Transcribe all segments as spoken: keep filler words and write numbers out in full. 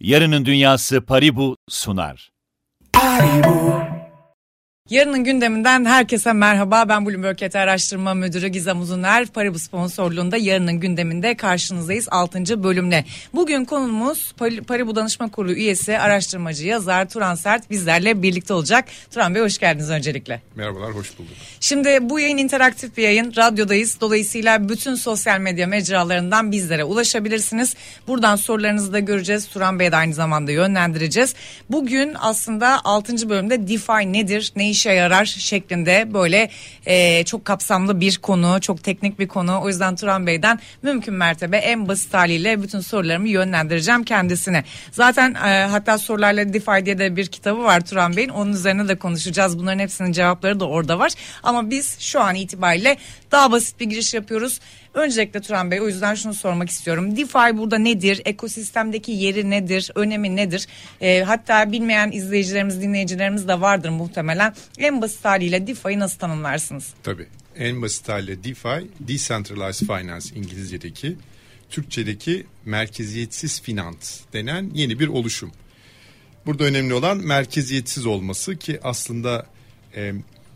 Yarının Dünyası Paribu sunar. Paribu. Yarının gündeminden herkese merhaba. Ben Bloomberg Eti Araştırma Müdürü Gizem Uzuner. Paribu sponsorluğunda yarının gündeminde karşınızdayız altıncı bölümle. Bugün konumuz Paribu Danışma Kurulu üyesi, araştırmacı, yazar Turan Sert bizlerle birlikte olacak. Turan Bey, hoş geldiniz öncelikle. Merhabalar, hoş bulduk. Şimdi bu yayın interaktif bir yayın. Radyodayız. Dolayısıyla bütün sosyal medya mecralarından bizlere ulaşabilirsiniz. Buradan sorularınızı da göreceğiz. Turan Bey'e de aynı zamanda yönlendireceğiz. Bugün aslında altıncı bölümde DeFi nedir, ne işe yarar şeklinde böyle e, çok kapsamlı bir konu, çok teknik bir konu. O yüzden Turan Bey'den mümkün mertebe en basit haliyle bütün sorularımı yönlendireceğim kendisine. Zaten e, hatta sorularla DeFi diye de bir kitabı var Turan Bey'in. Onun üzerine de konuşacağız. Bunların hepsinin cevapları da orada var. Ama biz şu an itibariyle daha basit bir giriş yapıyoruz. Öncelikle Turan Bey, o yüzden şunu sormak istiyorum. DeFi burada nedir? Ekosistemdeki yeri nedir? Önemi nedir? E, hatta bilmeyen izleyicilerimiz, dinleyicilerimiz de vardır muhtemelen. En basit haliyle DeFi'yi nasıl tanımlarsınız? Tabii. En basit haliyle DeFi, Decentralized Finance İngilizce'deki, Türkçedeki merkeziyetsiz finans denen yeni bir oluşum. Burada önemli olan merkeziyetsiz olması ki aslında e,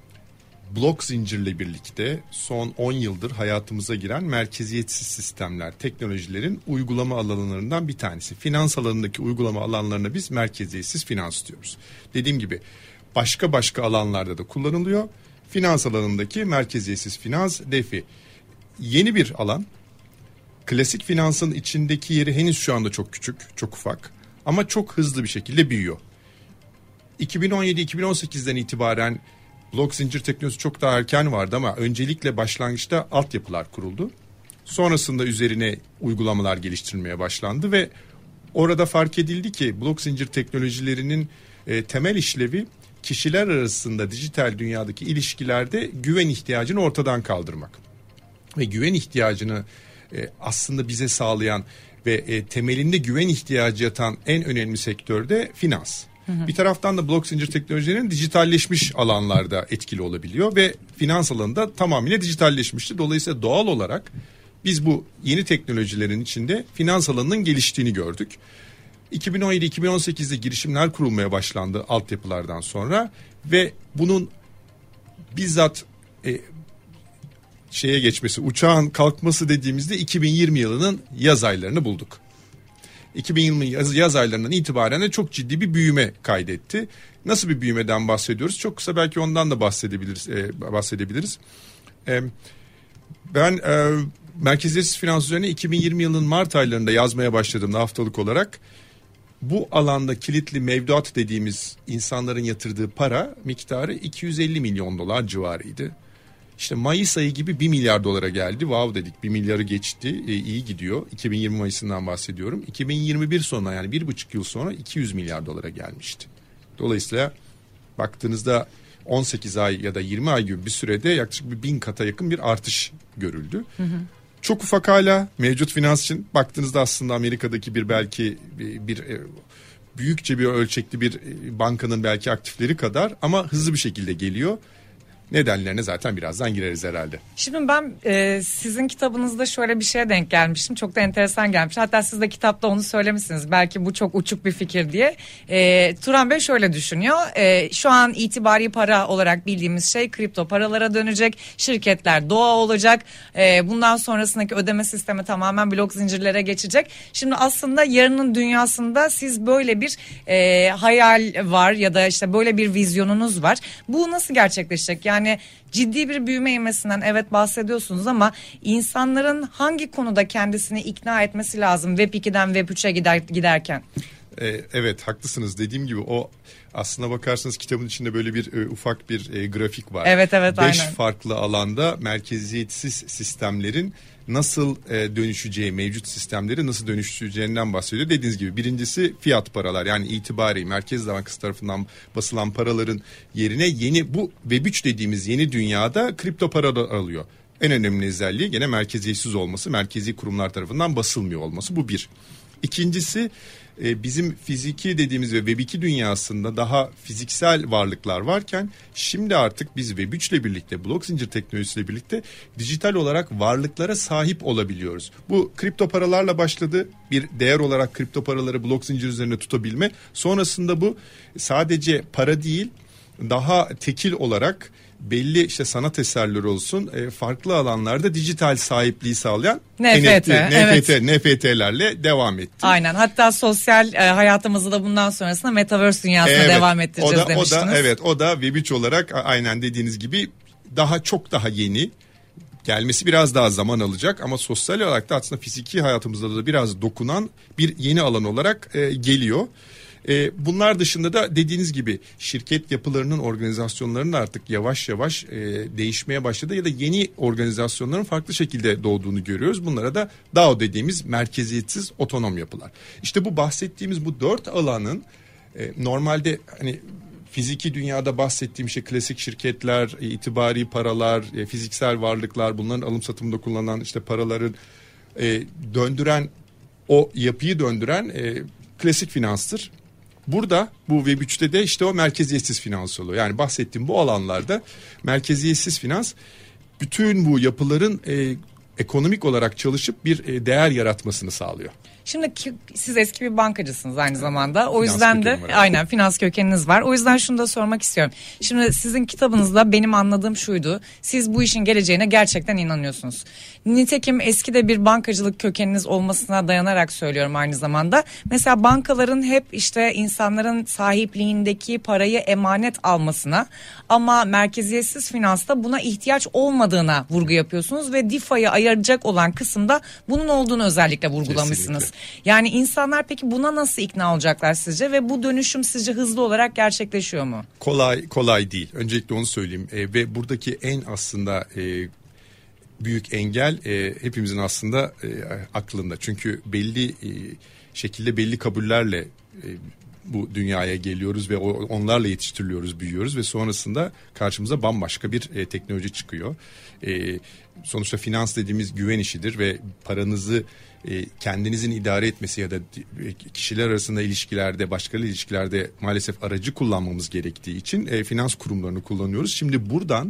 blok zincirle birlikte son on yıldır hayatımıza giren merkeziyetsiz sistemler, teknolojilerin uygulama alanlarından bir tanesi. Finans alanındaki uygulama alanlarına biz merkeziyetsiz finans diyoruz. Dediğim gibi başka başka alanlarda da kullanılıyor. Finans alanındaki merkeziyetsiz finans, DeFi. Yeni bir alan. Klasik finansın içindeki yeri henüz şu anda çok küçük, çok ufak ama çok hızlı bir şekilde büyüyor. iki bin on yedi iki bin on sekizden itibaren blok zincir teknolojisi çok daha erken vardı ama öncelikle başlangıçta altyapılar kuruldu. Sonrasında üzerine uygulamalar geliştirilmeye başlandı ve orada fark edildi ki blok zincir teknolojilerinin e, temel işlevi kişiler arasında dijital dünyadaki ilişkilerde güven ihtiyacını ortadan kaldırmak. Ve güven ihtiyacını e, aslında bize sağlayan ve e, temelinde güven ihtiyacı yatan en önemli sektör de finans. Hı hı. Bir taraftan da blok zincir teknolojilerinin dijitalleşmiş alanlarda etkili olabiliyor ve finans alanında tamamıyla dijitalleşmişti. Dolayısıyla doğal olarak biz bu yeni teknolojilerin içinde finans alanının geliştiğini gördük. iki bin on yedi iki bin on sekizde girişimler kurulmaya başlandı altyapılardan sonra ve bunun bizzat e, şeye geçmesi, uçağın kalkması dediğimizde iki bin yirmi yılının yaz aylarını bulduk. iki bin yirmi yaz, yaz aylarından itibaren de çok ciddi bir büyüme kaydetti. Nasıl bir büyümeden bahsediyoruz? Çok kısa belki ondan da bahsedebiliriz. E, bahsedebiliriz. E, ben e, merkeziyetsiz finans üzerine iki bin yirmi yılının Mart aylarında yazmaya başladığımda haftalık olarak bu alanda kilitli mevduat dediğimiz insanların yatırdığı para miktarı iki yüz elli milyon dolar civarıydı. İşte Mayıs ayı gibi bir milyar dolara geldi. Wow dedik, bir milyarı geçti. E, iyi gidiyor. iki bin yirmi Mayıs'ından bahsediyorum. iki bin yirmi bir sonuna, yani bir buçuk yıl sonra iki yüz milyar dolara gelmişti. Dolayısıyla baktığınızda on sekiz ay ya da yirmi ay gibi bir sürede yaklaşık bir bin kata yakın bir artış görüldü. Hı hı. Çok ufak hala mevcut finans için. Baktığınızda aslında Amerika'daki bir belki bir, bir büyükçe bir ölçekli bir bankanın belki aktifleri kadar ama hızlı bir şekilde geliyor. Nedenlerine zaten birazdan gireriz herhalde. Şimdi ben e, sizin kitabınızda şöyle bir şeye denk gelmiştim. Çok da enteresan gelmiş. Hatta siz de kitapta onu söylemişsiniz. Belki bu çok uçuk bir fikir diye. E, Turan Bey şöyle düşünüyor. E, şu an itibari para olarak bildiğimiz şey kripto paralara dönecek. Şirketler doğa olacak. E, bundan sonrasındaki ödeme sistemi tamamen blok zincirlere geçecek. Şimdi aslında yarının dünyasında siz böyle bir e, hayal var ya da işte böyle bir vizyonunuz var. Bu nasıl gerçekleşecek? Yani Yani ciddi bir büyüme ivmesinden evet bahsediyorsunuz ama insanların hangi konuda kendisini ikna etmesi lazım Web ikiden Web üçe gider, giderken? Ee, evet, haklısınız. Dediğim gibi o aslına bakarsanız kitabın içinde böyle bir e, ufak bir e, grafik var. Evet evet Beş aynen. farklı alanda merkeziyetsiz sistemlerin nasıl e, dönüşeceği, mevcut sistemleri nasıl dönüşeceğinden bahsediyor. Dediğiniz gibi birincisi fiyat paralar, yani itibari Merkez Bankası tarafından basılan paraların yerine yeni bu Web üç dediğimiz yeni dünyada kripto para alıyor. En önemli özelliği gene merkeziyetsiz olması, merkezi kurumlar tarafından basılmıyor olması, bu bir. İkincisi e, bizim fiziki dediğimiz ve Web iki dünyasında daha fiziksel varlıklar varken şimdi artık biz Web üç ile birlikte, blok zincir teknolojisiyle birlikte dijital olarak varlıklara sahip olabiliyoruz. Bu kripto paralarla başladı. Bir değer olarak kripto paraları blok zincir üzerine tutabilme. Sonrasında bu sadece para değil, daha tekil olarak belli işte sanat eserleri olsun e, farklı alanlarda dijital sahipliği sağlayan N F T, N F T, evet. N F T'lerle devam etti. Aynen, hatta sosyal e, hayatımızı da bundan sonrasında Metaverse dünyasına evet, devam ettireceğiz o da, demiştiniz. O da, evet o da Web üç olarak aynen dediğiniz gibi daha çok daha yeni. Gelmesi biraz daha zaman alacak ama sosyal olarak da aslında fiziki hayatımızda da biraz dokunan bir yeni alan olarak e, geliyor. E, bunlar dışında da dediğiniz gibi şirket yapılarının, organizasyonlarının artık yavaş yavaş e, değişmeye başladı ya da yeni organizasyonların farklı şekilde doğduğunu görüyoruz. Bunlara da DAO dediğimiz merkeziyetsiz otonom yapılar. İşte bu bahsettiğimiz bu dört alanın e, normalde hani fiziki dünyada bahsettiğim şey klasik şirketler, e, itibari paralar, e, fiziksel varlıklar, bunların alım satımında kullanılan işte paraların e, döndüren, o yapıyı döndüren e, klasik finanstır. Burada bu Web üçte de işte o merkeziyetsiz finans oluyor. Yani bahsettiğim bu alanlarda merkeziyetsiz finans bütün bu yapıların e, ekonomik olarak çalışıp bir e, değer yaratmasını sağlıyor. Şimdi ki, siz eski bir bankacısınız aynı zamanda. O finans yüzden de aynen finans kökeniniz var. O yüzden şunu da sormak istiyorum. Şimdi sizin kitabınızda benim anladığım şuydu. Siz bu işin geleceğine gerçekten inanıyorsunuz. Nitekim eski de bir bankacılık kökeniniz olmasına dayanarak söylüyorum aynı zamanda. Mesela bankaların hep işte insanların sahipliğindeki parayı emanet almasına ama merkeziyetsiz finansta buna ihtiyaç olmadığına vurgu yapıyorsunuz ve D E F A'yı ayıracak olan kısımda bunun olduğunu özellikle vurgulamışsınız. Kesinlikle. Yani insanlar peki buna nasıl ikna olacaklar sizce ve bu dönüşüm sizce hızlı olarak gerçekleşiyor mu? Kolay kolay değil. Öncelikle onu söyleyeyim e, ve buradaki en aslında e, büyük engel e, hepimizin aslında e, aklında. Çünkü belli e, şekilde belli kabullerle e, bu dünyaya geliyoruz ve onlarla yetiştiriliyoruz, büyüyoruz ve sonrasında karşımıza bambaşka bir e, teknoloji çıkıyor. E, sonuçta finans dediğimiz güven işidir ve paranızı e, kendinizin idare etmesi ya da kişiler arasında ilişkilerde, başkaları ilişkilerde maalesef aracı kullanmamız gerektiği için e, finans kurumlarını kullanıyoruz. Şimdi buradan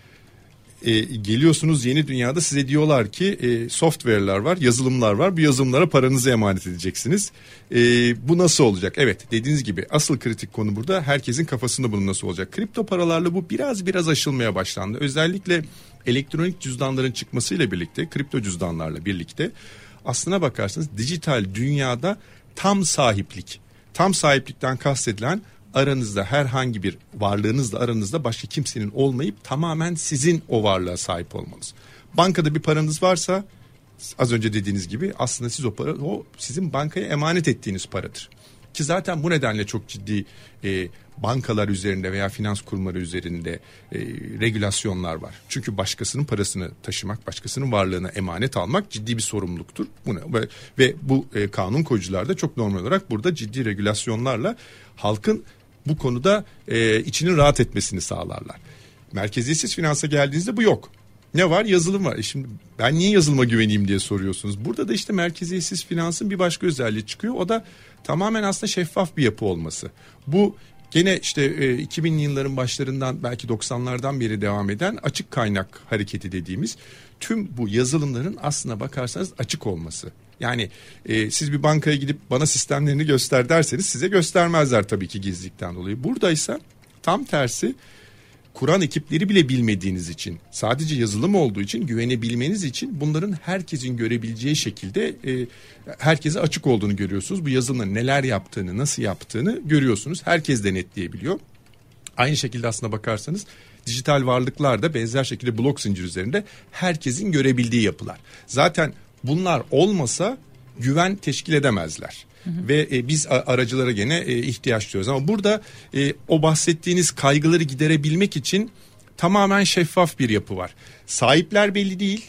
E, geliyorsunuz yeni dünyada size diyorlar ki e, software'lar var, yazılımlar var. Bu yazılımlara paranızı emanet edeceksiniz. E, bu nasıl olacak? Evet, dediğiniz gibi asıl kritik konu burada. Herkesin kafasında bunun nasıl olacak? Kripto paralarla bu biraz biraz aşılmaya başlandı. Özellikle elektronik cüzdanların çıkmasıyla birlikte, kripto cüzdanlarla birlikte aslına bakarsanız dijital dünyada tam sahiplik, tam sahiplikten kastedilen aranızda herhangi bir varlığınızla aranızda başka kimsenin olmayıp tamamen sizin o varlığa sahip olmanız. Bankada bir paranız varsa az önce dediğiniz gibi aslında siz o para o sizin bankaya emanet ettiğiniz paradır. Ki zaten bu nedenle çok ciddi e, bankalar üzerinde veya finans kurumları üzerinde e, regülasyonlar var. Çünkü başkasının parasını taşımak, başkasının varlığına emanet almak ciddi bir sorumluluktur. Bu ne? Ve, ve bu e, kanun koyucular da çok normal olarak burada ciddi regülasyonlarla halkın bu konuda e, içinin rahat etmesini sağlarlar. Merkeziyetsiz finansa geldiğinizde bu yok. Ne var? Yazılım var. E şimdi ben niye yazılıma güveneyim diye soruyorsunuz. Burada da işte merkeziyetsiz finansın bir başka özelliği çıkıyor. O da tamamen aslında şeffaf bir yapı olması. Bu gene işte e, iki binli yılların başlarından belki doksanlardan beri devam eden açık kaynak hareketi dediğimiz tüm bu yazılımların aslına bakarsanız açık olması. Yani e, siz bir bankaya gidip bana sistemlerini göster derseniz size göstermezler tabii ki gizlilikten dolayı. Buradaysa tam tersi, kuran ekipleri bile bilmediğiniz için, sadece yazılım olduğu için, güvenebilmeniz için bunların herkesin görebileceği şekilde e, herkese açık olduğunu görüyorsunuz. Bu yazılımın neler yaptığını, nasıl yaptığını görüyorsunuz. Herkes denetleyebiliyor. Aynı şekilde aslına bakarsanız dijital varlıklar da benzer şekilde blok zincir üzerinde herkesin görebildiği yapılar. Zaten bunlar olmasa güven teşkil edemezler. Hı hı. Ve e, biz a, aracılara gene e, ihtiyaç duyuyoruz. Ama burada e, o bahsettiğiniz kaygıları giderebilmek için tamamen şeffaf bir yapı var. Sahipler belli değil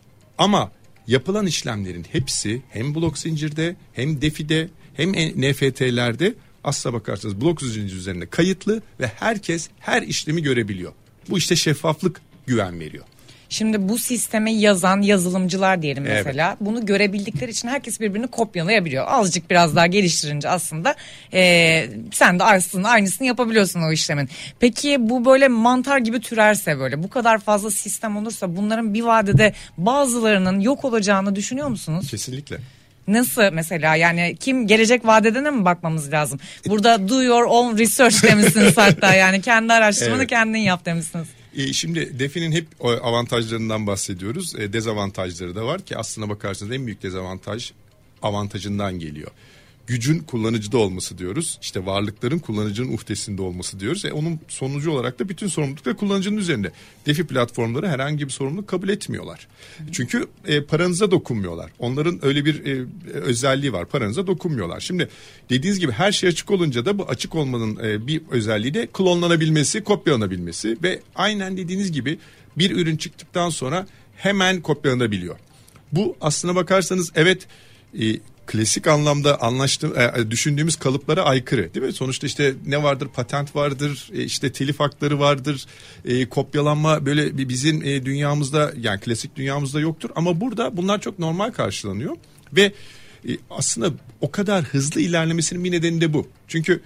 ama yapılan işlemlerin hepsi hem blok zincirde hem DeFi'de hem N F T'lerde aslına bakarsanız blok zincir üzerinde kayıtlı ve herkes her işlemi görebiliyor. Bu işte şeffaflık güven veriyor. Şimdi bu sistemi yazan yazılımcılar diyelim Evet. mesela, bunu görebildikleri için herkes birbirini kopyalayabiliyor. Azıcık biraz daha geliştirince aslında e, sen de aslında aynısını yapabiliyorsun o işlemin. Peki bu böyle mantar gibi türerse, böyle bu kadar fazla sistem olursa bunların bir vadede bazılarının yok olacağını düşünüyor musunuz? Kesinlikle. Nasıl mesela, yani kim, gelecek vadede mi bakmamız lazım? Burada do your own research demişsiniz hatta, yani kendi araştırmanı Evet. kendin yap demişsiniz. E, şimdi DeFi'nin hep o avantajlarından bahsediyoruz. E, dezavantajları da var ki aslına bakarsanız en büyük dezavantaj avantajından geliyor. Gücün kullanıcıda olması diyoruz. İşte varlıkların kullanıcının uhdesinde olması diyoruz. E, onun sonucu olarak da bütün sorumluluk da kullanıcının üzerinde. DeFi platformları herhangi bir sorumluluk kabul etmiyorlar. Çünkü e, paranıza dokunmuyorlar. Onların öyle bir e, özelliği var. Paranıza dokunmuyorlar. Şimdi dediğiniz gibi her şey açık olunca da bu açık olmanın e, bir özelliği de klonlanabilmesi, kopyalanabilmesi ve aynen dediğiniz gibi bir ürün çıktıktan sonra hemen kopyalanabiliyor. Bu aslına bakarsanız evet e, klasik anlamda anlaştığım, e, düşündüğümüz kalıplara aykırı, değil mi? Sonuçta işte ne vardır? Patent vardır, e, işte telif hakları vardır, e, kopyalanma böyle bizim e, dünyamızda, yani klasik dünyamızda yoktur. Ama burada bunlar çok normal karşılanıyor ve e, aslında o kadar hızlı ilerlemesinin bir nedeni de bu. Çünkü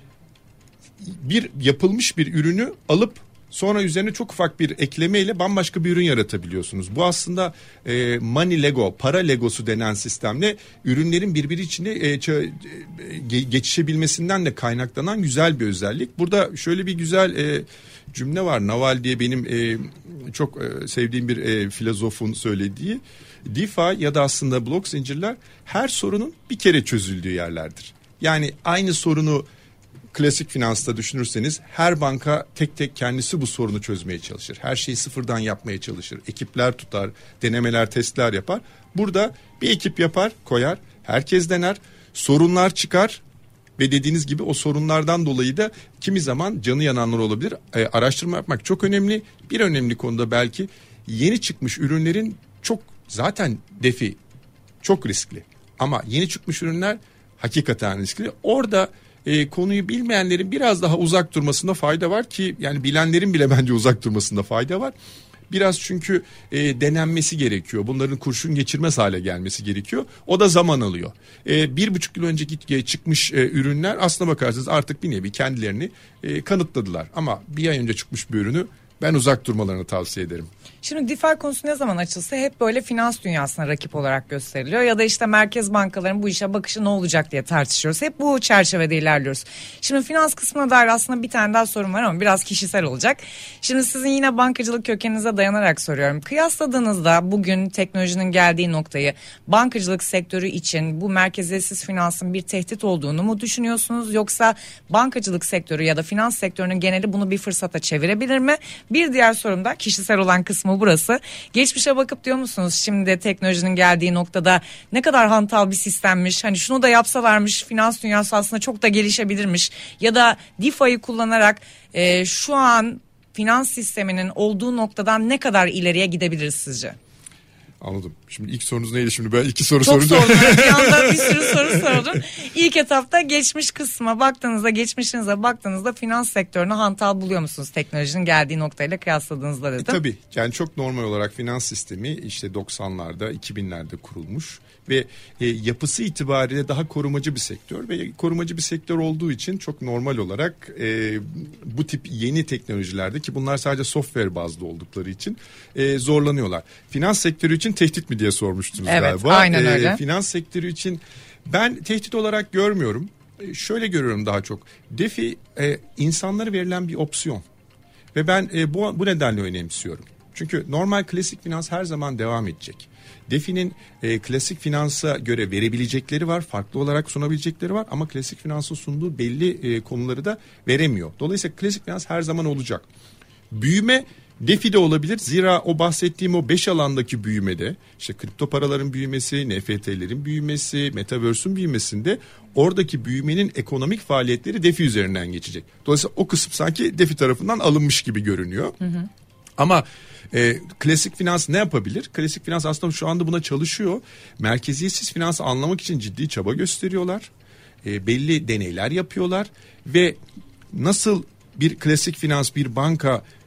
bir yapılmış bir ürünü alıp sonra üzerine çok ufak bir eklemeyle bambaşka bir ürün yaratabiliyorsunuz. Bu aslında e, money Lego, para legosu denen sistemle ürünlerin birbiri içinde e, ç- e, geçişebilmesinden de kaynaklanan güzel bir özellik. Burada şöyle bir güzel e, cümle var. Naval diye benim e, çok e, sevdiğim bir e, filozofun söylediği. DeFi ya da aslında blok zincirler her sorunun bir kere çözüldüğü yerlerdir. Yani aynı sorunu klasik finansta düşünürseniz her banka tek tek kendisi bu sorunu çözmeye çalışır. Her şeyi sıfırdan yapmaya çalışır. Ekipler tutar, denemeler, testler yapar. Burada bir ekip yapar, koyar, herkes dener, sorunlar çıkar ve dediğiniz gibi o sorunlardan dolayı da kimi zaman canı yananlar olabilir. E, araştırma yapmak çok önemli. Bir önemli konuda belki yeni çıkmış ürünlerin çok, zaten DeFi çok riskli. Ama yeni çıkmış ürünler hakikaten riskli. Orada E, konuyu bilmeyenlerin biraz daha uzak durmasında fayda var ki, yani bilenlerin bile bence uzak durmasında fayda var. Biraz çünkü e, denenmesi gerekiyor. Bunların kurşun geçirmez hale gelmesi gerekiyor. O da zaman alıyor. E, bir buçuk yıl önce çıkmış e, ürünler aslına bakarsanız artık bir nevi kendilerini e, kanıtladılar. Ama bir ay önce çıkmış bir ürünü ben uzak durmalarını tavsiye ederim. Şimdi DeFi konusu ne zaman açılsa hep böyle finans dünyasına rakip olarak gösteriliyor ya da işte merkez bankaların bu işe bakışı ne olacak diye tartışıyoruz. Hep bu çerçevede ilerliyoruz. Şimdi finans kısmına dair aslında bir tane daha sorum var ama biraz kişisel olacak. Şimdi sizin yine bankacılık kökeninize dayanarak soruyorum. Kıyasladığınızda bugün teknolojinin geldiği noktayı, bankacılık sektörü için bu merkeziyetsiz finansın bir tehdit olduğunu mu düşünüyorsunuz? Yoksa bankacılık sektörü ya da finans sektörünün geneli bunu bir fırsata çevirebilir mi? Bir diğer sorum da kişisel olan kısmı burası. Geçmişe bakıp diyor musunuz şimdi teknolojinin geldiği noktada ne kadar hantal bir sistemmiş, hani şunu da yapsalarmış finans dünyası aslında çok da gelişebilirmiş ya da DeFi'yi kullanarak e, şu an finans sisteminin olduğu noktadan ne kadar ileriye gidebiliriz sizce? Anladım. Şimdi ilk sorunuz neydi şimdi? Ben iki soru Çok sorunca... sordum. Bir anda bir sürü soru sordum. İlk etapta geçmiş kısma baktığınızda, geçmişinize baktığınızda finans sektörünü hantal buluyor musunuz teknolojinin geldiği noktayla kıyasladığınızda dedim. E, tabii yani çok normal olarak finans sistemi işte doksanlarda iki binlerde kurulmuş ve e, yapısı itibariyle daha korumacı bir sektör ve korumacı bir sektör olduğu için çok normal olarak e, bu tip yeni teknolojilerde, ki bunlar sadece software bazlı oldukları için e, zorlanıyorlar. Finans sektörü için tehdit mi diye sormuştunuz evet, galiba. Aynen öyle. E, finans sektörü için ben tehdit olarak görmüyorum. E, şöyle görüyorum daha çok. DeFi e, insanlara verilen bir opsiyon ve ben e, bu, bu nedenle önemsiyorum. Çünkü normal klasik finans her zaman devam edecek. DeFi'nin e, klasik finansa göre verebilecekleri var, farklı olarak sunabilecekleri var ama klasik finansın sunduğu belli e, konuları da veremiyor. Dolayısıyla klasik finans her zaman olacak. Büyüme DeFi'de olabilir. Zira o bahsettiğim o beş alandaki büyümede, işte kripto paraların büyümesi, N F T'lerin büyümesi, Metaverse'ün büyümesinde oradaki büyümenin ekonomik faaliyetleri DeFi üzerinden geçecek. Dolayısıyla o kısım sanki DeFi tarafından alınmış gibi görünüyor. Hı hı. Ama e, klasik finans ne yapabilir? Klasik finans aslında şu anda buna çalışıyor. Merkeziyetsiz finansı anlamak için ciddi çaba gösteriyorlar. E, belli deneyler yapıyorlar ve nasıl bir klasik finans, bir banka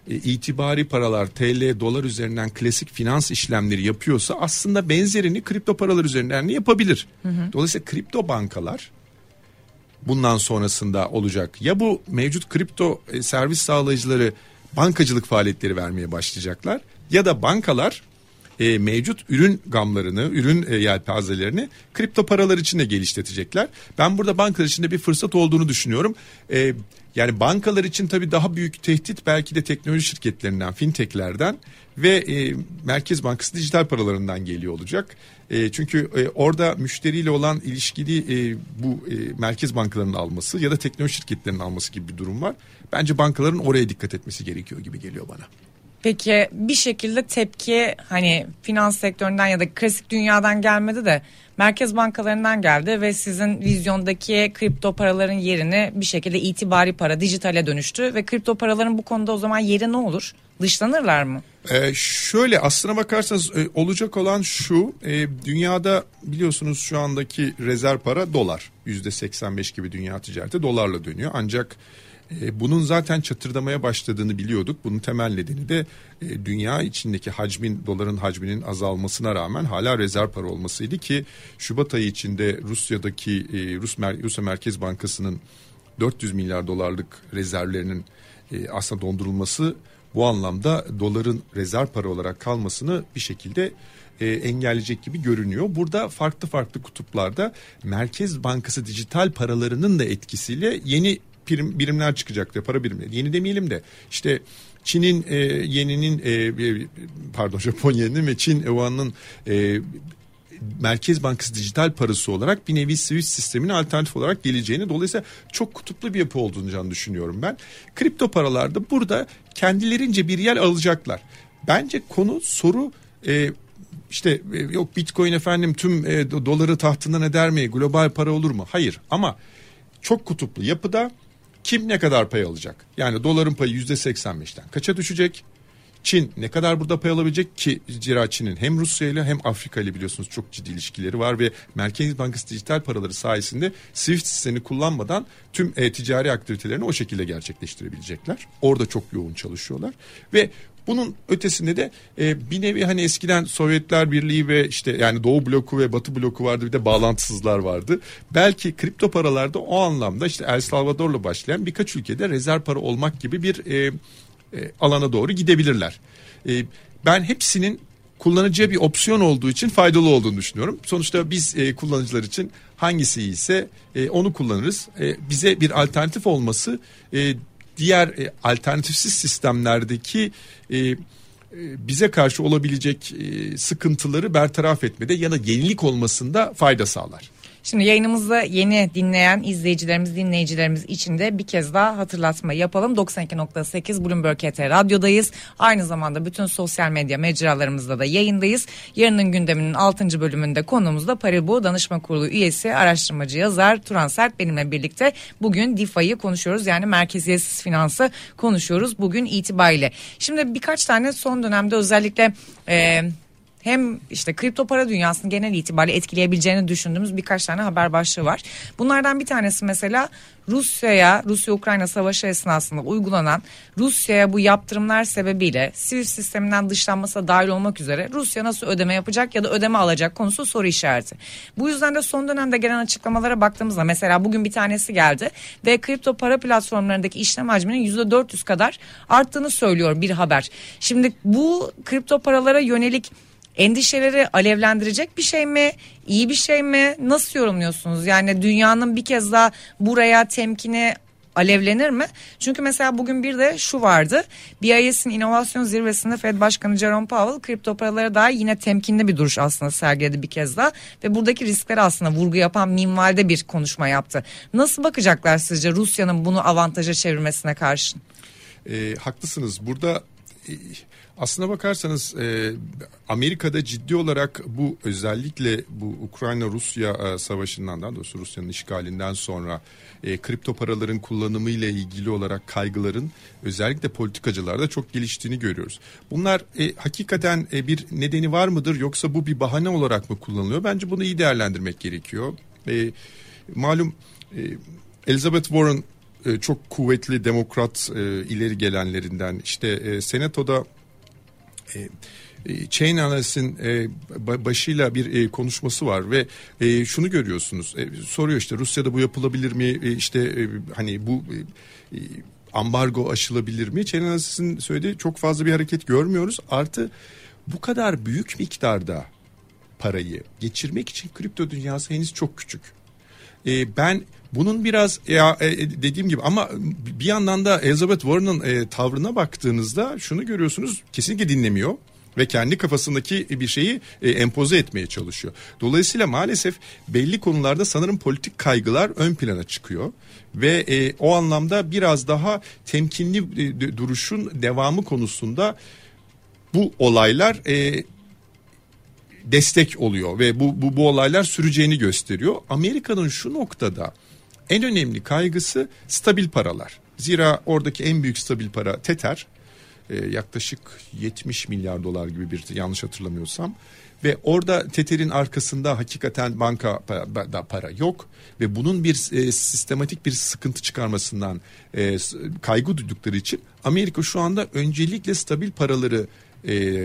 e, itibari paralar T L, dolar üzerinden klasik finans işlemleri yapıyorsa aslında benzerini kripto paralar üzerinden de yapabilir. Hı hı. Dolayısıyla kripto bankalar bundan sonrasında olacak. Ya bu mevcut kripto e, servis sağlayıcıları bankacılık faaliyetleri vermeye başlayacaklar ya da bankalar e, mevcut ürün gamlarını, ürün e, yelpazelerini kripto paralar için de geliştirecekler. Ben burada bankalar için de bir fırsat olduğunu düşünüyorum. E, yani bankalar için tabii daha büyük tehdit belki de teknoloji şirketlerinden, fintechlerden ve e, Merkez Bankası dijital paralarından geliyor olacak. E, çünkü e, orada müşteriyle olan ilişkili e, bu e, merkez bankalarının alması ya da teknoloji şirketlerinin alması gibi bir durum var. Bence bankaların oraya dikkat etmesi gerekiyor gibi geliyor bana. Peki bir şekilde tepki hani finans sektöründen ya da klasik dünyadan gelmedi de merkez bankalarından geldi ve sizin vizyondaki kripto paraların yerini bir şekilde itibari para, dijitale dönüştü ve kripto paraların bu konuda o zaman yeri ne olur? Dışlanırlar mı? Ee, şöyle aslına bakarsanız e, olacak olan şu, e, dünyada biliyorsunuz şu andaki rezerv para dolar. yüzde seksen beş gibi dünya ticareti dolarla dönüyor. Ancak e, bunun zaten çatırdamaya başladığını biliyorduk. Bunun temel nedeni de e, dünya içindeki hacmin, doların hacminin azalmasına rağmen hala rezerv para olmasıydı ki Şubat ayı içinde Rusya'daki e, Rus Mer- Rusya Merkez Bankası'nın dört yüz milyar dolarlık rezervlerinin e, aslında dondurulması bu anlamda doların rezerv para olarak kalmasını bir şekilde e, engelleyecek gibi görünüyor. Burada farklı farklı kutuplarda Merkez Bankası dijital paralarının da etkisiyle yeni prim, birimler çıkacak diye, para birimleri. Yeni demeyelim de işte Çin'in e, yeninin e, pardon Japon yeninin ve Çin yuanının e, Merkez Bankası dijital parası olarak bir nevi Swift sistemine alternatif olarak geleceğini, dolayısıyla çok kutuplu bir yapı olduğunu düşünüyorum ben. Kripto paralarda burada kendilerince bir yer alacaklar. Bence konu soru e, işte e, yok Bitcoin efendim tüm e, doları tahtından eder mi? Global para olur mu? Hayır, ama çok kutuplu yapıda kim ne kadar pay alacak? Yani doların payı yüzde seksen beşten kaça düşecek? Çin ne kadar burada pay alabilecek ki? Zira Çin'in hem Rusya ile hem Afrika ile biliyorsunuz çok ciddi ilişkileri var ve Merkez Bankası dijital paraları sayesinde Swift sistemini kullanmadan tüm e, ticari aktivitelerini o şekilde gerçekleştirebilecekler. Orada çok yoğun çalışıyorlar ve bunun ötesinde de e, bir nevi hani eskiden Sovyetler Birliği ve işte yani Doğu bloku ve Batı bloku vardı, bir de bağlantısızlar vardı. Belki kripto paralarda o anlamda işte El Salvador'la başlayan birkaç ülkede rezerv para olmak gibi bir e, e, alana doğru gidebilirler. E, ben hepsinin kullanıcıya bir opsiyon olduğu için faydalı olduğunu düşünüyorum. Sonuçta biz e, kullanıcılar için hangisi iyiyse e, onu kullanırız. E, bize bir alternatif olması e, diğer e, alternatifsiz sistemlerdeki e, e, bize karşı olabilecek e, sıkıntıları bertaraf etmede ya da yenilik olmasında fayda sağlar. Şimdi yayınımızda yeni dinleyen izleyicilerimiz, dinleyicilerimiz için de bir kez daha hatırlatma yapalım. doksan iki nokta sekiz Bloomberg H T Radyo'dayız. Aynı zamanda bütün sosyal medya mecralarımızda da yayındayız. Yarının gündeminin altıncı bölümünde konuğumuz da Paribu Danışma Kurulu üyesi, araştırmacı, yazar Turan Sert benimle birlikte bugün DeFi'yi konuşuyoruz. Yani merkeziyetsiz finansı konuşuyoruz bugün itibariyle. Şimdi birkaç tane son dönemde özellikle E, hem işte kripto para dünyasını genel itibariyle etkileyebileceğini düşündüğümüz birkaç tane haber başlığı var. Bunlardan bir tanesi mesela Rusya'ya, Rusya-Ukrayna savaşı esnasında uygulanan Rusya'ya bu yaptırımlar sebebiyle Swift sisteminden dışlanması dahil olmak üzere Rusya nasıl ödeme yapacak ya da ödeme alacak konusu soru işareti. Bu yüzden de son dönemde gelen açıklamalara baktığımızda mesela bugün bir tanesi geldi ve kripto para platformlarındaki işlem hacminin yüzde dört yüz kadar arttığını söylüyor bir haber. Şimdi bu kripto paralara yönelik endişeleri alevlendirecek bir şey mi? İyi bir şey mi? Nasıl yorumluyorsunuz? Yani dünyanın bir kez daha buraya temkini alevlenir mi? Çünkü mesela bugün bir de şu vardı. B I S'in inovasyon zirvesinde Fed Başkanı Jerome Powell kripto paralara daha yine temkinli bir duruş aslında sergiledi bir kez daha. Ve buradaki riskleri aslında vurgu yapan minvalde bir konuşma yaptı. Nasıl bakacaklar sizce Rusya'nın bunu avantaja çevirmesine karşın? E, haklısınız. Burada e, aslına bakarsanız e, Amerika'da ciddi olarak bu özellikle bu Ukrayna-Rusya e, savaşından, daha doğrusu Rusya'nın işgalinden sonra e, kripto paraların kullanımı ile ilgili olarak kaygıların özellikle politikacılarda çok geliştiğini görüyoruz. Bunlar e, hakikaten e, bir nedeni var mıdır, yoksa bu bir bahane olarak mı kullanılıyor? Bence bunu iyi değerlendirmek gerekiyor. E, malum e, Elizabeth Warren e, çok kuvvetli demokrat e, ileri gelenlerinden, işte e, senatoda e, Chain Analyst'in e, başıyla bir e, konuşması var ve e, şunu görüyorsunuz, e, soruyor işte Rusya'da bu yapılabilir mi, e, işte e, hani bu e, ambargo aşılabilir mi? Chain Analyst'in söylediği çok fazla bir hareket görmüyoruz. Artı bu kadar büyük miktarda parayı geçirmek için kripto dünyası henüz çok küçük. E, ben bunun biraz ya e, dediğim gibi, ama bir yandan da Elizabeth Warren'ın e, tavrına baktığınızda şunu görüyorsunuz, kesinlikle dinlemiyor ve kendi kafasındaki bir şeyi e, empoze etmeye çalışıyor. Dolayısıyla maalesef belli konularda sanırım politik kaygılar ön plana çıkıyor ve e, o anlamda biraz daha temkinli e, duruşun devamı konusunda bu olaylar e, destek oluyor ve bu, bu bu olaylar süreceğini gösteriyor. Amerika'nın şu noktada en önemli kaygısı stabil paralar. Zira oradaki en büyük stabil para Tether. Ee, yaklaşık yetmiş milyar dolar gibi bir, yanlış hatırlamıyorsam. Ve orada Tether'in arkasında hakikaten bankada para yok. Ve bunun bir e, sistematik bir sıkıntı çıkarmasından e, kaygı duydukları için Amerika şu anda öncelikle stabil paraları e,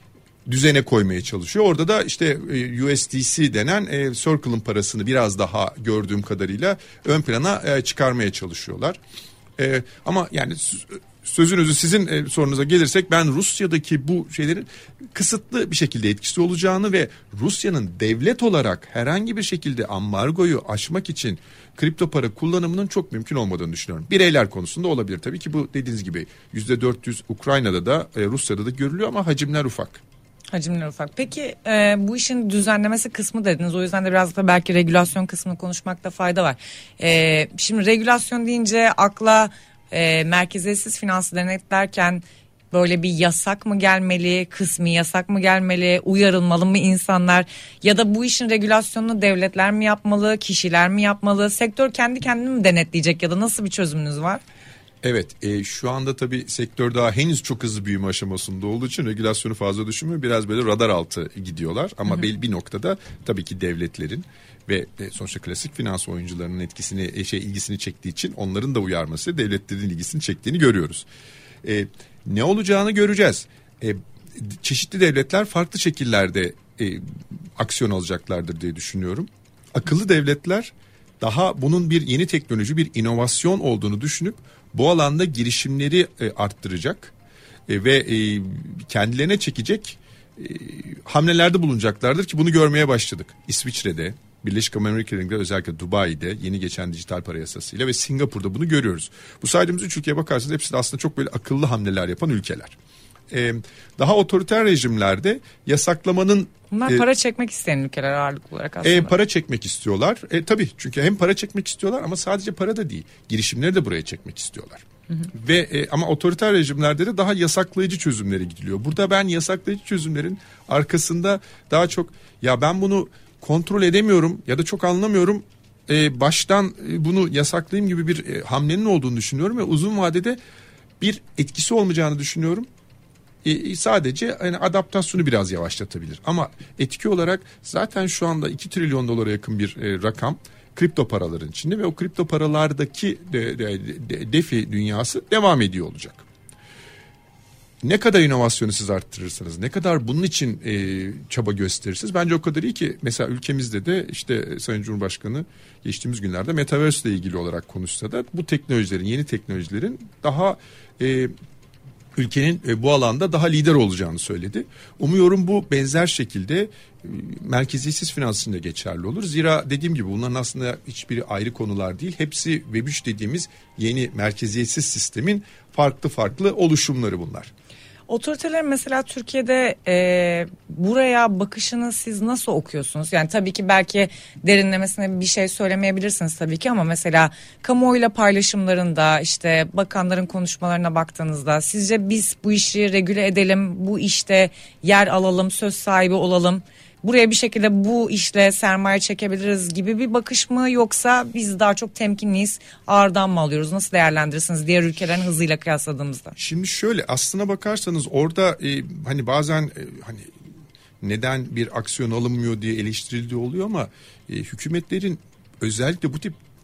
düzene koymaya çalışıyor. Orada da işte U S D C denen e, Circle'ın parasını biraz daha gördüğüm kadarıyla ön plana e, çıkarmaya çalışıyorlar. E, ama yani sözünüzü sizin e, sorunuza gelirsek, ben Rusya'daki bu şeylerin kısıtlı bir şekilde etkisi olacağını ve Rusya'nın devlet olarak herhangi bir şekilde ambargoyu aşmak için kripto para kullanımının çok mümkün olmadığını düşünüyorum. Bireyler konusunda olabilir tabii ki, bu dediğiniz gibi yüzde dört yüz Ukrayna'da da e, Rusya'da da görülüyor ama hacimler ufak. Hacimler ufak. Peki e, bu işin düzenlemesi kısmı dediniz. O yüzden de biraz da belki regülasyon kısmını konuşmakta fayda var. E, şimdi regülasyon deyince akla e, merkeziyetsiz finansı denetlerken böyle bir yasak mı gelmeli, kısmi yasak mı gelmeli, uyarılmalı mı insanlar, ya da bu işin regülasyonunu devletler mi yapmalı, kişiler mi yapmalı, sektör kendi kendini mi denetleyecek ya da nasıl bir çözümünüz var? Evet, e, şu anda tabii sektör daha henüz çok hızlı büyüme aşamasında olduğu için regülasyonu fazla düşünmüyor. Biraz böyle radar altı gidiyorlar ama hı hı. belli bir noktada tabii ki devletlerin ve e, sonuçta klasik finans oyuncularının etkisini, e, şey ilgisini çektiği için onların da uyarması, devletlerin ilgisini çektiğini görüyoruz. E, ne olacağını göreceğiz. E, çeşitli devletler farklı şekillerde e, aksiyon alacaklardır diye düşünüyorum. Akıllı devletler daha bunun bir yeni teknoloji, bir inovasyon olduğunu düşünüp bu alanda girişimleri e, arttıracak e, ve e, kendilerine çekecek e, hamlelerde bulunacaklardır ki bunu görmeye başladık. İsviçre'de, Birleşik Arap Emirlikleri'nde, özellikle Dubai'de yeni geçen dijital para yasasıyla ve Singapur'da bunu görüyoruz. Bu saydığımız üç ülkeye bakarsanız hepsi de aslında çok böyle akıllı hamleler yapan ülkeler. Ee, daha otoriter rejimlerde yasaklamanın... Bunlar e, para çekmek isteyen ülkeler ağırlıklı olarak aslında. E, para çekmek istiyorlar. E, tabii, çünkü hem para çekmek istiyorlar ama sadece para da değil. Girişimleri de buraya çekmek istiyorlar. Hı hı. Ve e, ama otoriter rejimlerde de daha yasaklayıcı çözümlere gidiliyor. Burada ben yasaklayıcı çözümlerin arkasında daha çok, ya ben bunu kontrol edemiyorum ya da çok anlamıyorum, e, baştan e, bunu yasaklayayım gibi bir e, hamlenin olduğunu düşünüyorum ve uzun vadede bir etkisi olmayacağını düşünüyorum. E, sadece hani adaptasyonu biraz yavaşlatabilir ama etki olarak zaten şu anda iki trilyon dolara yakın bir e, rakam kripto paraların içinde ve o kripto paralardaki de, de, de, defi dünyası devam ediyor olacak. Ne kadar inovasyonu siz arttırırsanız, ne kadar bunun için e, çaba gösterirsiniz, bence o kadar iyi ki. Mesela ülkemizde de işte Sayın Cumhurbaşkanı geçtiğimiz günlerde Metaverse ile ilgili olarak konuşsa da bu teknolojilerin, yeni teknolojilerin daha e, ülkenin e, bu alanda daha lider olacağını söyledi. Umuyorum bu benzer şekilde e, merkeziyetsiz finans için de geçerli olur. Zira dediğim gibi bunların aslında hiçbiri ayrı konular değil. Hepsi Web üç dediğimiz yeni merkeziyetsiz sistemin farklı farklı oluşumları bunlar. Otoritelerin mesela Türkiye'de e, buraya bakışını siz nasıl okuyorsunuz? Yani tabii ki belki derinlemesine bir şey söylemeyebilirsiniz tabii ki, ama mesela kamuoyuyla paylaşımlarında, işte bakanların konuşmalarına baktığınızda sizce biz bu işi regüle edelim, bu işte yer alalım, söz sahibi olalım, buraya bir şekilde bu işle sermaye çekebiliriz gibi bir bakış mı, yoksa biz daha çok temkinliyiz, ağırdan mı alıyoruz? Nasıl değerlendirirsiniz diğer ülkelerin hızıyla kıyasladığımızda? Şimdi şöyle, aslına bakarsanız orada e, hani bazen e, hani neden bir aksiyon alınmıyor diye eleştirildiği oluyor ama e, hükümetlerin özellikle bu tip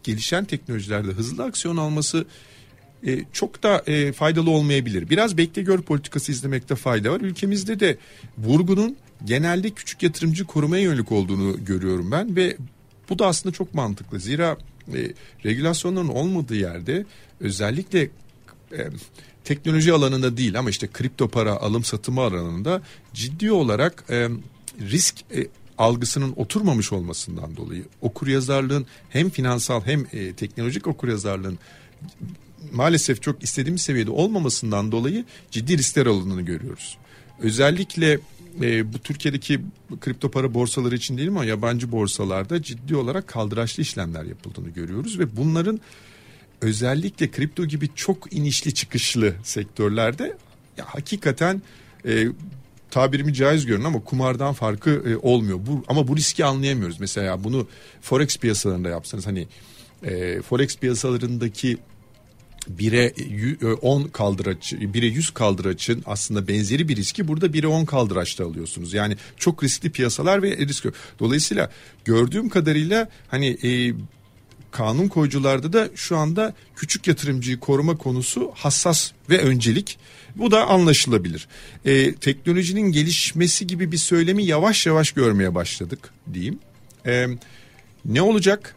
gelişen teknolojilerde hızlı aksiyon alması e, çok da e, faydalı olmayabilir. Biraz bekle gör politikası izlemekte fayda var. Ülkemizde de vurgunun genelde küçük yatırımcı korumaya yönelik olduğunu görüyorum ben ve bu da aslında çok mantıklı. Zira e, regülasyonların olmadığı yerde özellikle e, teknoloji alanında değil ama işte kripto para alım satımı alanında ciddi olarak e, risk e, algısının oturmamış olmasından dolayı okuryazarlığın hem finansal hem e, teknolojik okuryazarlığın maalesef çok istediğimiz seviyede olmamasından dolayı ciddi riskler alındığını görüyoruz. Özellikle e, bu Türkiye'deki kripto para borsaları için değil ama yabancı borsalarda ciddi olarak kaldıraçlı işlemler yapıldığını görüyoruz ve bunların özellikle kripto gibi çok inişli çıkışlı sektörlerde ya hakikaten e, tabirimi caiz görün ama kumardan farkı e, olmuyor. Bu, ama bu riski anlayamıyoruz. Mesela bunu forex piyasalarında yapsanız hani e, forex piyasalarındaki bire on kaldıraç, bire yüz kaldıraçın aslında benzeri bir riski burada bire on kaldıraçta alıyorsunuz. Yani çok riskli piyasalar ve risk. Dolayısıyla gördüğüm kadarıyla hani e, kanun koyucularda da şu anda küçük yatırımcıyı koruma konusu hassas ve öncelik. Bu da anlaşılabilir. E, teknolojinin gelişmesi gibi bir söylemi yavaş yavaş görmeye başladık diyeyim. E, ne olacak?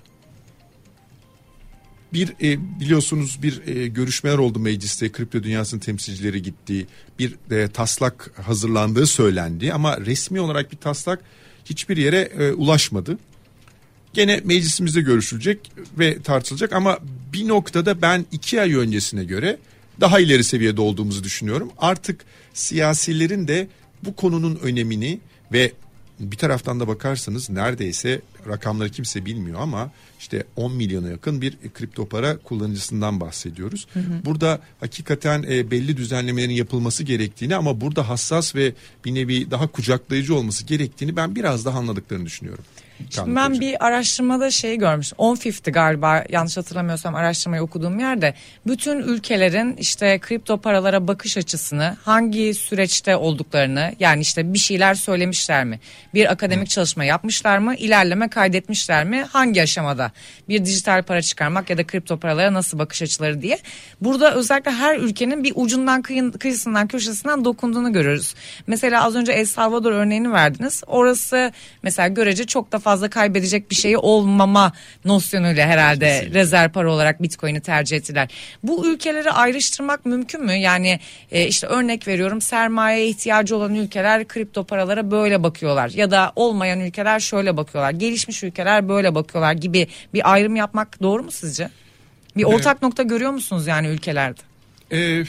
Bir e, biliyorsunuz bir e, görüşmeler oldu mecliste, kripto dünyasının temsilcileri gitti, bir e, taslak hazırlandığı söylendi ama resmi olarak bir taslak hiçbir yere e, ulaşmadı. Gene meclisimizde görüşülecek ve tartışılacak ama bir noktada ben iki ay öncesine göre daha ileri seviyede olduğumuzu düşünüyorum. Artık siyasilerin de bu konunun önemini ve bir taraftan da bakarsanız neredeyse rakamları kimse bilmiyor ama işte on milyona yakın bir kripto para kullanıcısından bahsediyoruz. Hı hı. Burada hakikaten e, belli düzenlemelerin yapılması gerektiğini ama burada hassas ve bir nevi daha kucaklayıcı olması gerektiğini ben biraz daha anladıklarını düşünüyorum. Şimdi ben bir araştırmada şey görmüştüm. on elli galiba yanlış hatırlamıyorsam araştırmayı okuduğum yerde bütün ülkelerin işte kripto paralara bakış açısını, hangi süreçte olduklarını, yani işte bir şeyler söylemişler mi? Bir akademik Hı. çalışma yapmışlar mı? İlerleme kaydetmişler mi? Hangi aşamada? Bir dijital para çıkarmak ya da kripto paralara nasıl bakış açıları diye. Burada özellikle her ülkenin bir ucundan kıyın, kıyısından köşesinden dokunduğunu görüyoruz. Mesela az önce El Salvador örneğini verdiniz. Orası mesela görece çok da fazla fazla kaybedecek bir şeyi olmama nosyonuyla herhalde Kesinlikle. rezerv para olarak Bitcoin'i tercih ettiler. Bu ülkeleri ayrıştırmak mümkün mü? Yani e, işte örnek veriyorum, sermayeye ihtiyacı olan ülkeler kripto paralara böyle bakıyorlar ya da olmayan ülkeler şöyle bakıyorlar. Gelişmiş ülkeler böyle bakıyorlar gibi bir ayrım yapmak doğru mu sizce? Bir ortak evet. nokta görüyor musunuz yani ülkelerde? Evet.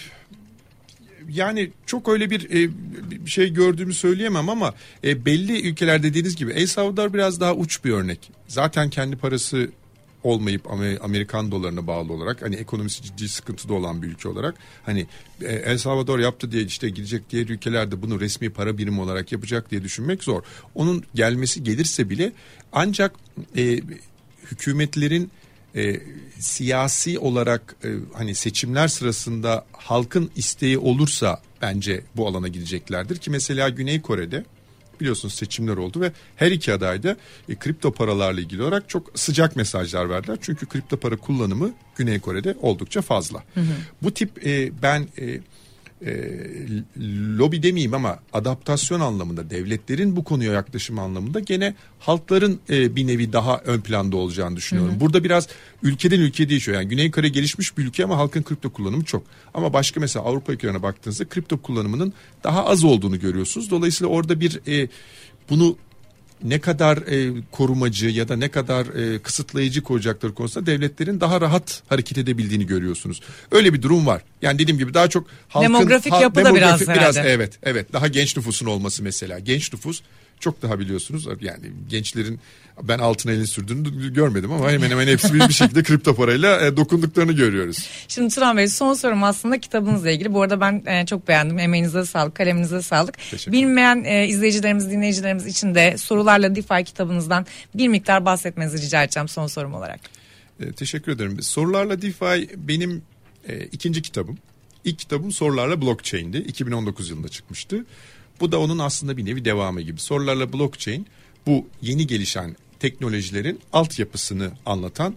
Yani çok öyle bir, e, bir şey gördüğümü söyleyemem ama e, belli ülkeler dediğiniz gibi El Salvador biraz daha uç bir örnek. Zaten kendi parası olmayıp Amerikan dolarına bağlı olarak hani ekonomisi ciddi sıkıntıda olan bir ülke olarak hani e, El Salvador yaptı diye işte gidecek diğer ülkelerde bunu resmi para birimi olarak yapacak diye düşünmek zor. Onun gelmesi gelirse bile ancak e, hükümetlerin E, siyasi olarak e, hani seçimler sırasında halkın isteği olursa bence bu alana gideceklerdir ki mesela Güney Kore'de biliyorsunuz seçimler oldu ve her iki aday da e, kripto paralarla ilgili olarak çok sıcak mesajlar verdiler. Çünkü kripto para kullanımı Güney Kore'de oldukça fazla. Hı hı. Bu tip e, ben e, E, lobi demeyeyim ama adaptasyon anlamında devletlerin bu konuya yaklaşımı anlamında gene halkların e, bir nevi daha ön planda olacağını düşünüyorum. Hı hı. Burada biraz ülkeden ülkeye değişiyor. Yani Güney Kore gelişmiş bir ülke ama halkın kripto kullanımı çok. Ama başka mesela Avrupa ülkelerine baktığınızda kripto kullanımının daha az olduğunu görüyorsunuz. Dolayısıyla orada bir e, bunu ne kadar e, korumacı ya da ne kadar e, kısıtlayıcı koyacakları konusunda devletlerin daha rahat hareket edebildiğini görüyorsunuz. Öyle bir durum var. Yani dediğim gibi daha çok halkın... Demografik ha, yapı da biraz, biraz herhalde. Evet, evet. Daha genç nüfusun olması mesela. Genç nüfus çok daha biliyorsunuz yani gençlerin ben altına elini sürdüğünü görmedim ama hemen hemen hepsi bir şekilde kripto parayla e, dokunduklarını görüyoruz. Şimdi Turan Bey, son sorum aslında kitabınızla ilgili. Bu arada ben e, çok beğendim. Emeğinize sağlık, kaleminize sağlık. Bilmeyen e, izleyicilerimiz, dinleyicilerimiz için de Sorularla DeFi kitabınızdan bir miktar bahsetmenizi rica edeceğim son sorum olarak. E, teşekkür ederim. Sorularla DeFi benim e, ikinci kitabım. İlk kitabım Sorularla Blockchain'di. iki bin on dokuz yılında çıkmıştı. Bu da onun aslında bir nevi devamı gibi. Sorularla Blockchain bu yeni gelişen teknolojilerin altyapısını anlatan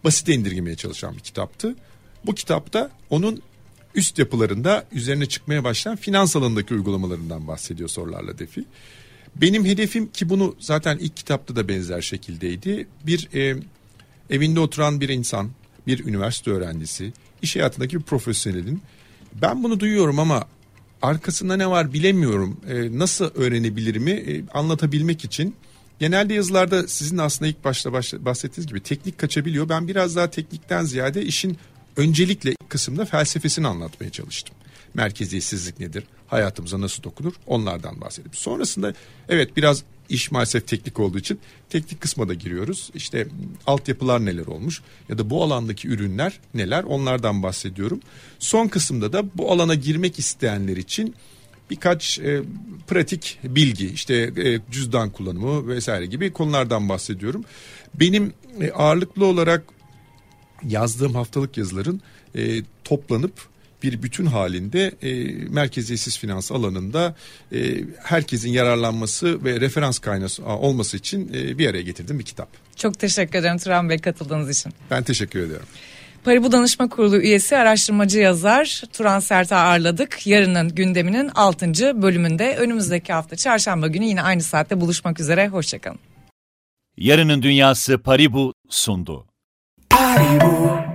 basite indirgemeye çalışan bir kitaptı. Bu kitapta onun üst yapılarında üzerine çıkmaya başlayan finans alanındaki uygulamalarından bahsediyor sorularla Defi. Benim hedefim, ki bunu zaten ilk kitapta da benzer şekildeydi. Bir e, evinde oturan bir insan, bir üniversite öğrencisi, iş hayatındaki bir profesyonelin, ben bunu duyuyorum ama arkasında ne var bilemiyorum, e, nasıl öğrenebilirimi e, anlatabilmek için genelde yazılarda sizin aslında ilk başta bahsettiğiniz gibi teknik kaçabiliyor. Ben biraz daha teknikten ziyade işin öncelikle kısımda felsefesini anlatmaya çalıştım. Merkeziyetsizlik nedir? Hayatımıza nasıl dokunur? Onlardan bahsedeyim. Sonrasında evet, biraz iş maalesef teknik olduğu için teknik kısma da giriyoruz. İşte altyapılar neler olmuş ya da bu alandaki ürünler neler, onlardan bahsediyorum. Son kısımda da bu alana girmek isteyenler için birkaç e, pratik bilgi, işte e, cüzdan kullanımı vesaire gibi konulardan bahsediyorum. Benim e, ağırlıklı olarak yazdığım haftalık yazıların e, toplanıp bir bütün halinde e, merkeziyetsiz finans alanında e, herkesin yararlanması ve referans kaynağı olması için e, bir araya getirdiğim bir kitap. Çok teşekkür ederim Turan Bey katıldığınız için. Ben teşekkür ediyorum. Paribu Danışma Kurulu üyesi, araştırmacı yazar Turan Sert'i ağırladık. Yarının gündeminin altıncı bölümünde önümüzdeki hafta çarşamba günü yine aynı saatte buluşmak üzere. Hoşçakalın. Yarının Dünyası Paribu sundu. Paribu.